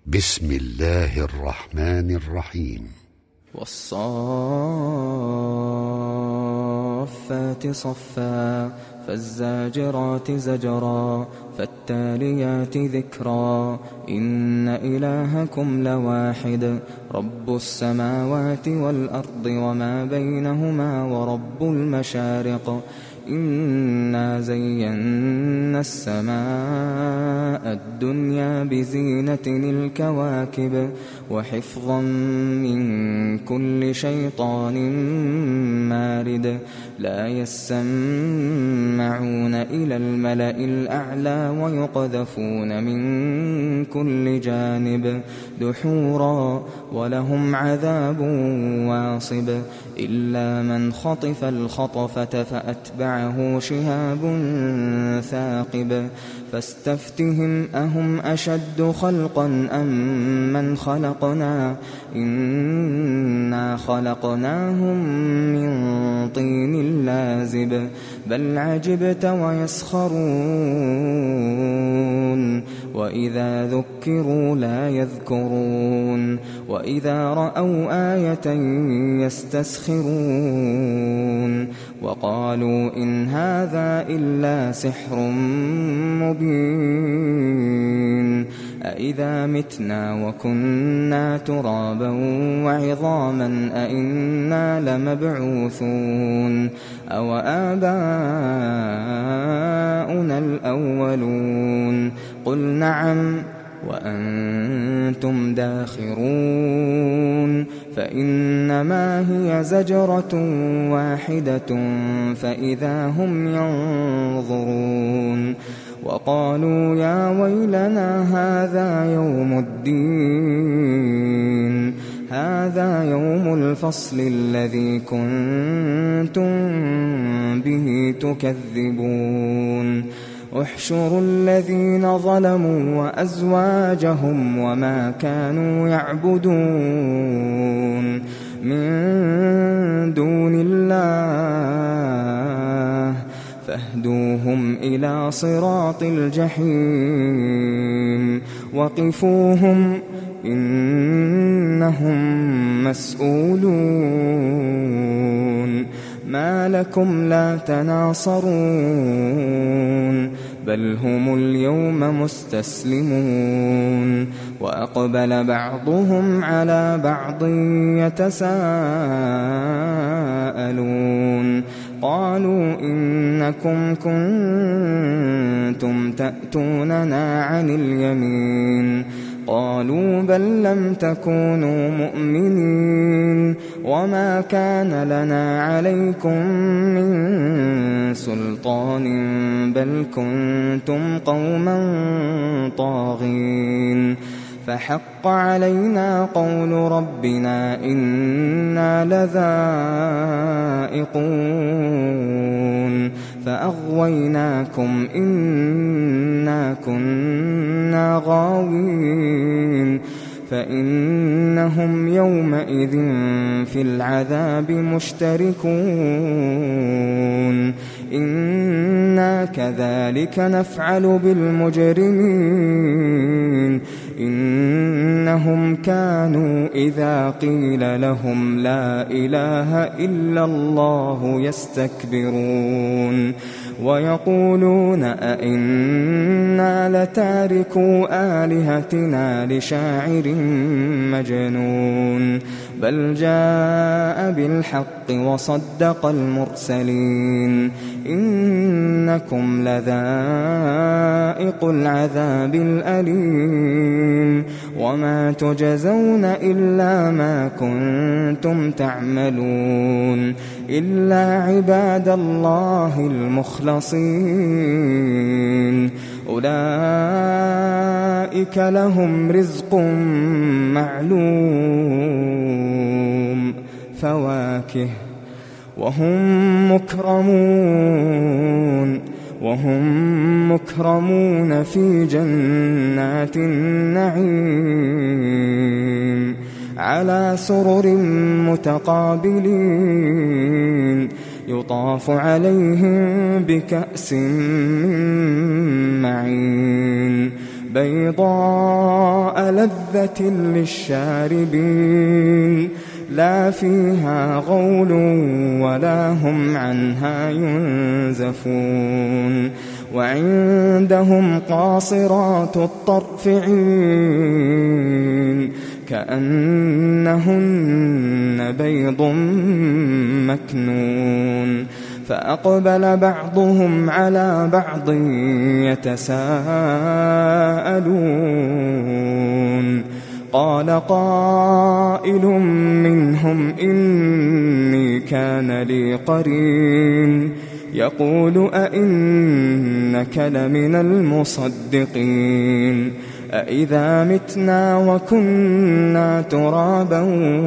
بسم الله الرحمن الرحيم. والصافات صفا فالزاجرات زجرا فالتاليات ذكرا إن إلهكم لواحد رب السماوات والأرض وما بينهما ورب المشارق إنا زينا السماء الدنيا بزينة الكواكب وحفظا من كل شيطان مارد لا يسمعون إلى الملأ الأعلى ويقذفون من كل جانب دحورا ولهم عذاب واصب إلا من خطف الخطفة فأتبعه شهاب ثاقب فاستفتهم أهم أشد خلقا أم من خلقنا إنا خلقناهم من طين لازب بل عجبت ويسخرون وإذا ذكروا لا يذكرون وإذا رأوا آية يستسخرون وقالوا إن هذا إلا سحر مبين أإذا متنا وكنا ترابا وعظاما أإنا لمبعوثون أو آباؤنا الأولون قل نعم وأنتم داخرون فإنما هي زجرة واحدة فإذا هم ينظرون وقالوا يا ويلنا هذا يوم الفصل الذي كنتم به تكذبون احشروا الذين ظلموا وأزواجهم وما كانوا يعبدون من دون الله فاهدوهم إلى صراط الجحيم وقفوهم إنهم مسؤولون ما لكم لا تناصرون بل هم اليوم مستسلمون وأقبل بعضهم على بعض يتساءلون قالوا إنكم كنتم تأتوننا عن اليمين قالوا بل لم تكونوا مؤمنين وما كان لنا عليكم من سلطان بل كنتم قوما طاغين فحق علينا قول ربنا إنا لذائقون فأغويناكم إنا كنا غاوين فإنهم يومئذ في العذاب مشتركون إنا كذلك نفعل بالمجرمين إنهم كانوا إذا قيل لهم لا إله إلا الله يستكبرون ويقولون أئنا لتاركو آلهتنا لشاعر مجنون بل جاء بالحق وصدق المرسلين إنكم لذائق العذاب الأليم وما تجزون إلا ما كنتم تعملون إلا عباد الله المخلصين أولئك لهم رزق معلوم فواكه وهم مكرمون في جنات النعيم على سرر متقابلين يطاف عليهم بكأس من معين بيضاء لذة للشاربين لا فيها غول ولا هم عنها ينزفون وعندهم قاصرات الطرف عين كأنهن بيض مكنون فأقبل بعضهم على بعض يتساءلون قال قائل منهم إني كان لي قرين يقول أئنك لمن المصدقين أإذا متنا وكنا ترابا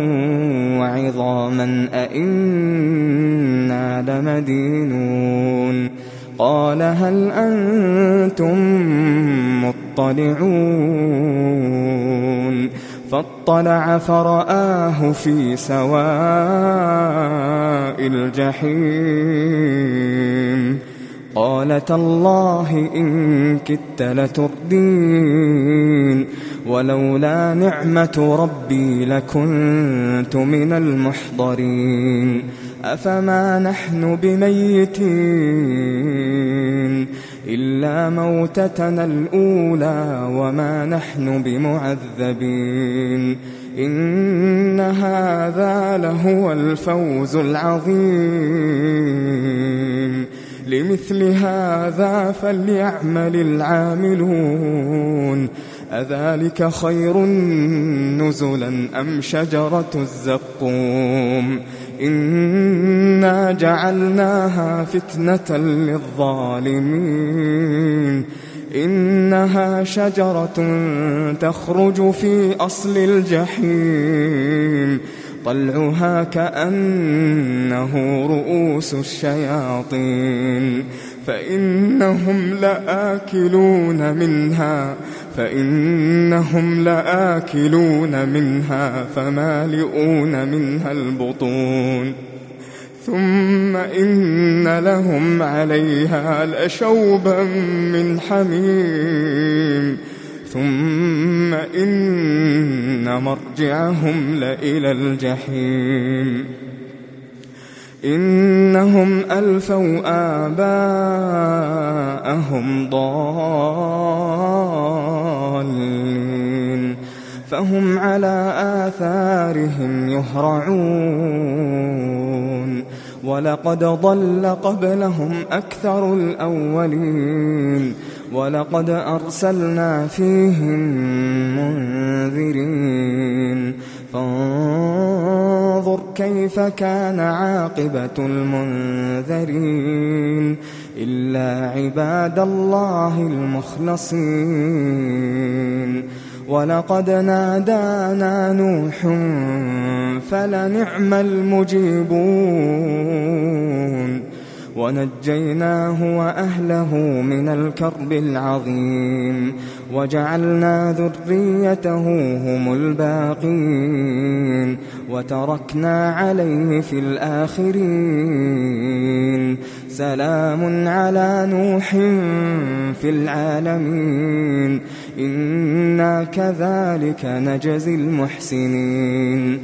وعظاما أئنا لمدينون قال هل أنتم مطلعون فاطلع فرآه في سواء الجحيم قال تالله إن كدت لتردين ولولا نعمة ربي لكنت من المحضرين أفما نحن بميتين إلا موتتنا الأولى وما نحن بمعذبين إن هذا لهو الفوز العظيم لمثل هذا فليعمل العاملون أذلك خير نزلا أم شجرة الزقوم إنا جعلناها فتنة للظالمين إنها شجرة تخرج في أصل الجحيم طلعها كأنه رؤوس الشياطين فإنهم لآكلون منها فمالئون منها البطون ثم إن لهم عليها لشوبا من حميم ثم إن مرجعهم لإلى الجحيم إنهم ألفوا آباءهم ضالين فهم على آثارهم يهرعون ولقد ضل قبلهم أكثر الأولين ولقد أرسلنا فيهم منذرين فانظر كيف كان عاقبة المنذرين إلا عباد الله المخلصين ولقد نادانا نوح فلنعم المجيبون ونجيناه وأهله من الكرب العظيم وجعلنا ذريته هم الباقين وتركنا عليه في الآخرين سلام على نوح في العالمين إنا كذلك نجزي المحسنين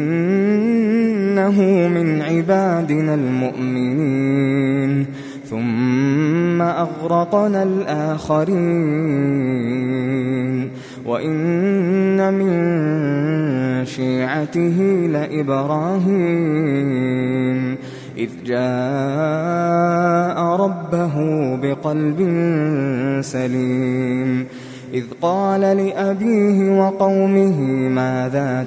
إنه من عبادنا المؤمنين ثم أغرقنا الآخرين وإن من شيعته لإبراهيم إذ جاء ربه بقلب سليم إذ قال لأبيه وقومه ماذا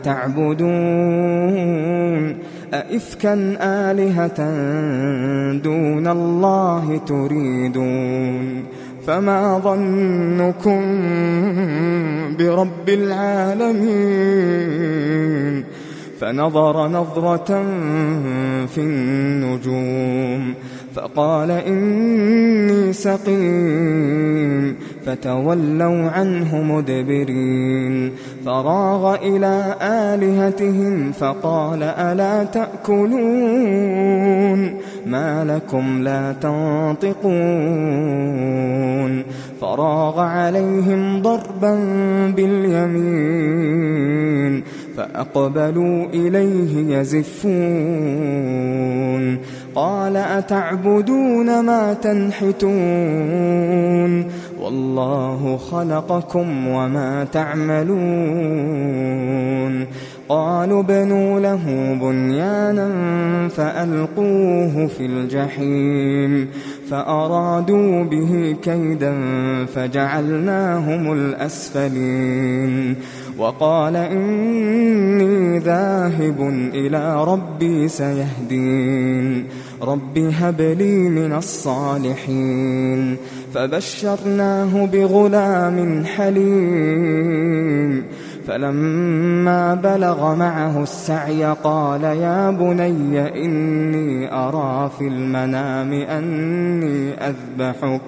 تعبدون أئفكا آلهة دون الله تريدون فما ظنكم برب العالمين فنظر نظرة في النجوم فقال إني سقيم فتولوا عنه مدبرين فراغ إلى آلهتهم فقال ألا تأكلون ما لكم لا تنطقون فراغ عليهم ضربا باليمين فأقبلوا إليه يزفون قال أتعبدون ما تنحتون والله خلقكم وما تعملون قالوا ابنوا له بنيانا فألقوه في الجحيم فأرادوا به كيدا فجعلناهم الأسفلين وقال إني ذاهب إلى ربي سيهدين رب هب لي من الصالحين فبشرناه بغلام حليم فلما بلغ معه السعي قال يا بني إني أرى في المنام أني أذبحك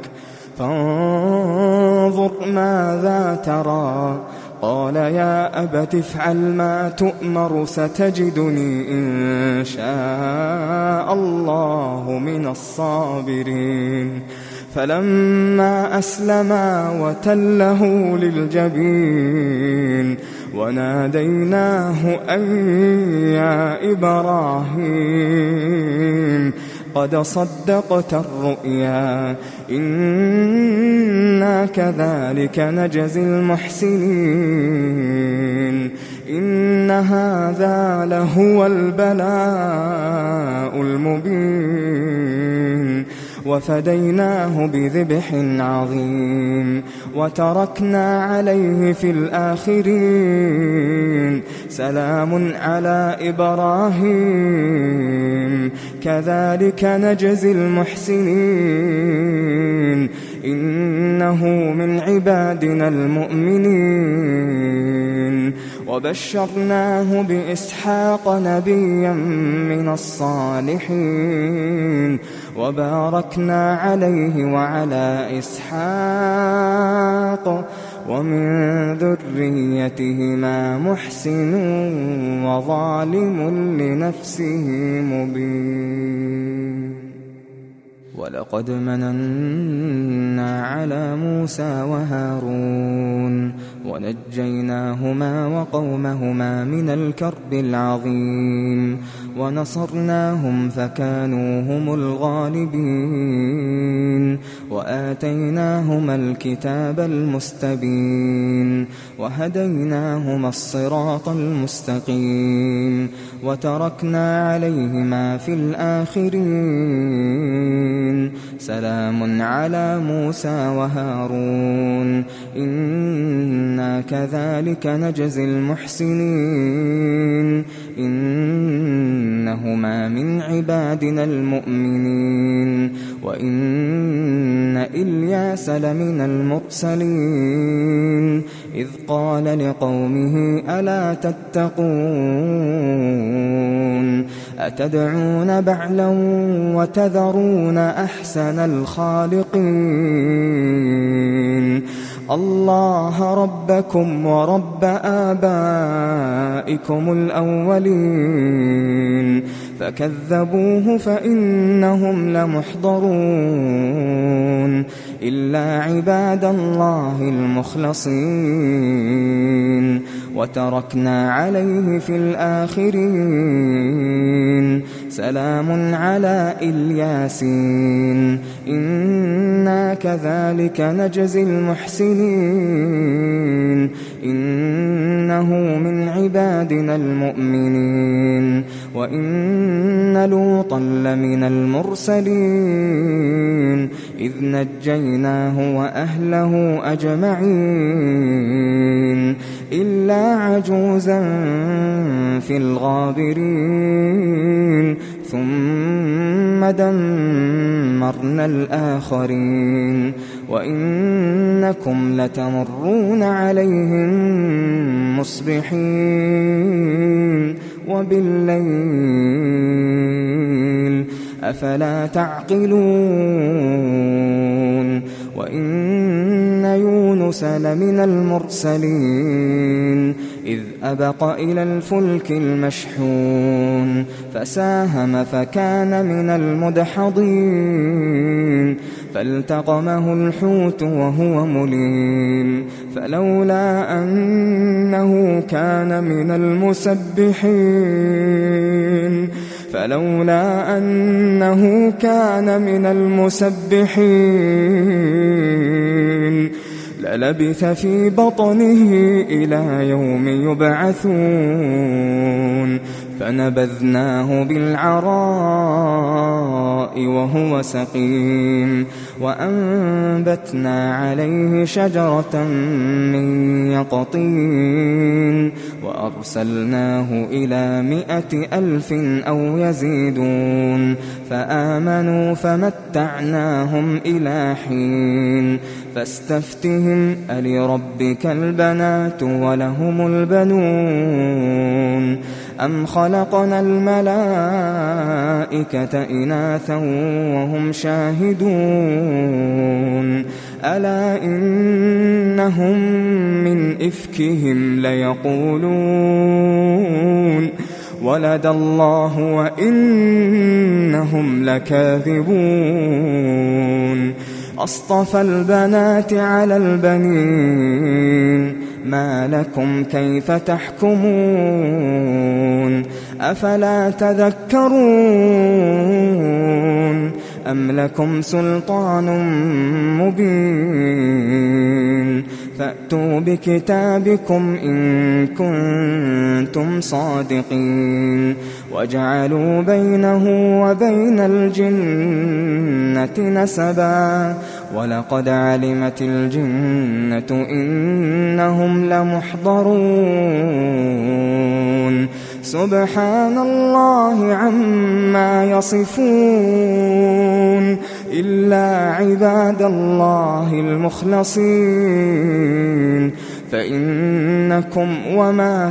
فانظر ماذا ترى قال يا أبت افعل ما تؤمر ستجدني إن شاء الله من الصابرين فلما أسلما وتله للجبين وناديناه أن يا إبراهيم قد صدقت الرؤيا إنا كذلك نجزي المحسنين إن هذا لهو البلاء المبين وفديناه بذبح عظيم وتركنا عليه في الآخرين سلام على إبراهيم كذلك نجزي المحسنين إنه من عبادنا المؤمنين وبشرناه بإسحاق نبيا من الصالحين وباركنا عليه وعلى إسحاق ومن ذريتهما محسن وظالم لنفسه مبين ولقد مننا على موسى وهارون ونجيناهما وقومهما من الكرب العظيم ونصرناهم فكانوا هم الغالبين وآتيناهما الكتاب المستبين وهديناهما الصراط المستقيم وتركنا عليهما في الآخرين سلام على موسى وهارون إنا كذلك نجزي المحسنين إنهما من عبادنا المؤمنين وإن إلياس لمن المرسلين إذ قال لقومه ألا تتقون أتدعون بعلا وتذرون أحسن الخالقين الله ربكم ورب آبائكم الأولين فكذبوه فإنهم لمحضرون إلا عباد الله المخلصين وتركنا عليه في الآخرين سلام على الياسين إنا كذلك نجزي المحسنين إنه من عبادنا المؤمنين وإن لوطا لمن المرسلين إذ نجيناه وأهله أجمعين إلا عجوزا في الغابرين ثم دمرنا الآخرين وإنكم لتمرون عليهم مصبحين وبالليل أفلا تعقلون وإن يونس لمن المرسلين إذ أبق إلى الفلك المشحون فساهم فكان من المدحضين فالتقمه الحوت وهو مليم فلولا أنه كان من المسبحين للبث في بطنه إلى يوم يبعثون فنبذناه بالعراء وهو سقيم وأنبتنا عليه شجرة من يقطين وأرسلناه إلى 100,000 أو يزيدون فآمنوا فمتعناهم إلى حين فاستفتهم ألربك البنات ولهم البنون أم خلقنا الملائكة إناثا وهم شاهدون ألا إنهم من إفكهم ليقولون ولد الله وإنهم لكاذبون أصطفى البنات على البنين ما لكم كيف تحكمون أفلا تذكرون أم لكم سلطان مبين فأتوا بكتابكم إن كنتم صادقين وجعلوا بينه وبين الجنة نسبا ولقد علمت الجنة إنهم لمحضرون سبحان الله عما يصفون إلا عباد الله المخلصين فإنكم وما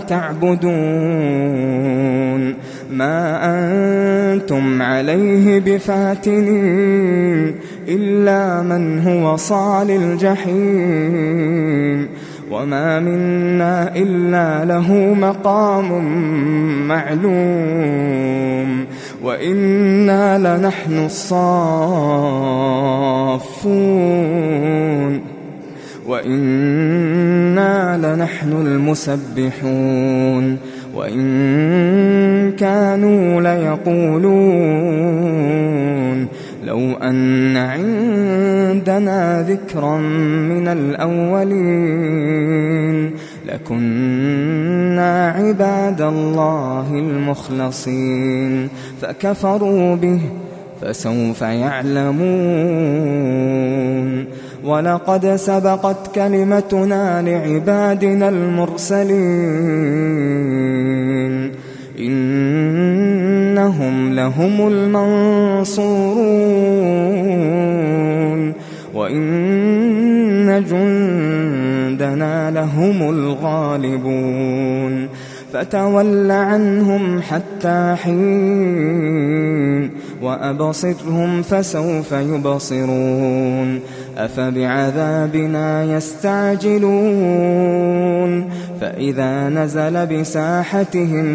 تعبدون ما أنتم عليه بفاتنين إلا من هو صال الجحيم وما منا إلا له مقام معلوم وإنا لنحن الصافون وإنا لنحن المسبحون وإن كانوا ليقولون لو أن عندنا ذكرا من الأولين لكنا عباد الله المخلصين فكفروا به فسوف يعلمون ولقد سبقت كلمتنا لعبادنا المرسلين إنهم لهم المنصورون وإن جندنا لهم الغالبون فتول عنهم حتى حين وأبصرهم فسوف يبصرون أفبعذابنا يستعجلون فإذا نزل بساحتهم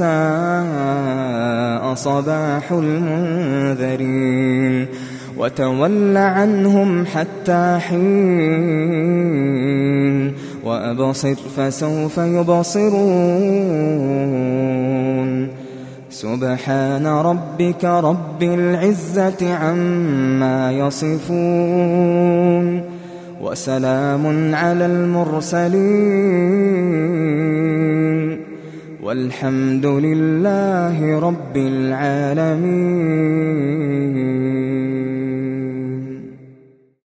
فساء صباح المنذرين وتول عنهم حتى حين وأبصر فسوف يبصرون سبحان ربك رب العزة عما يصفون وسلام على المرسلين والحمد لله رب العالمين.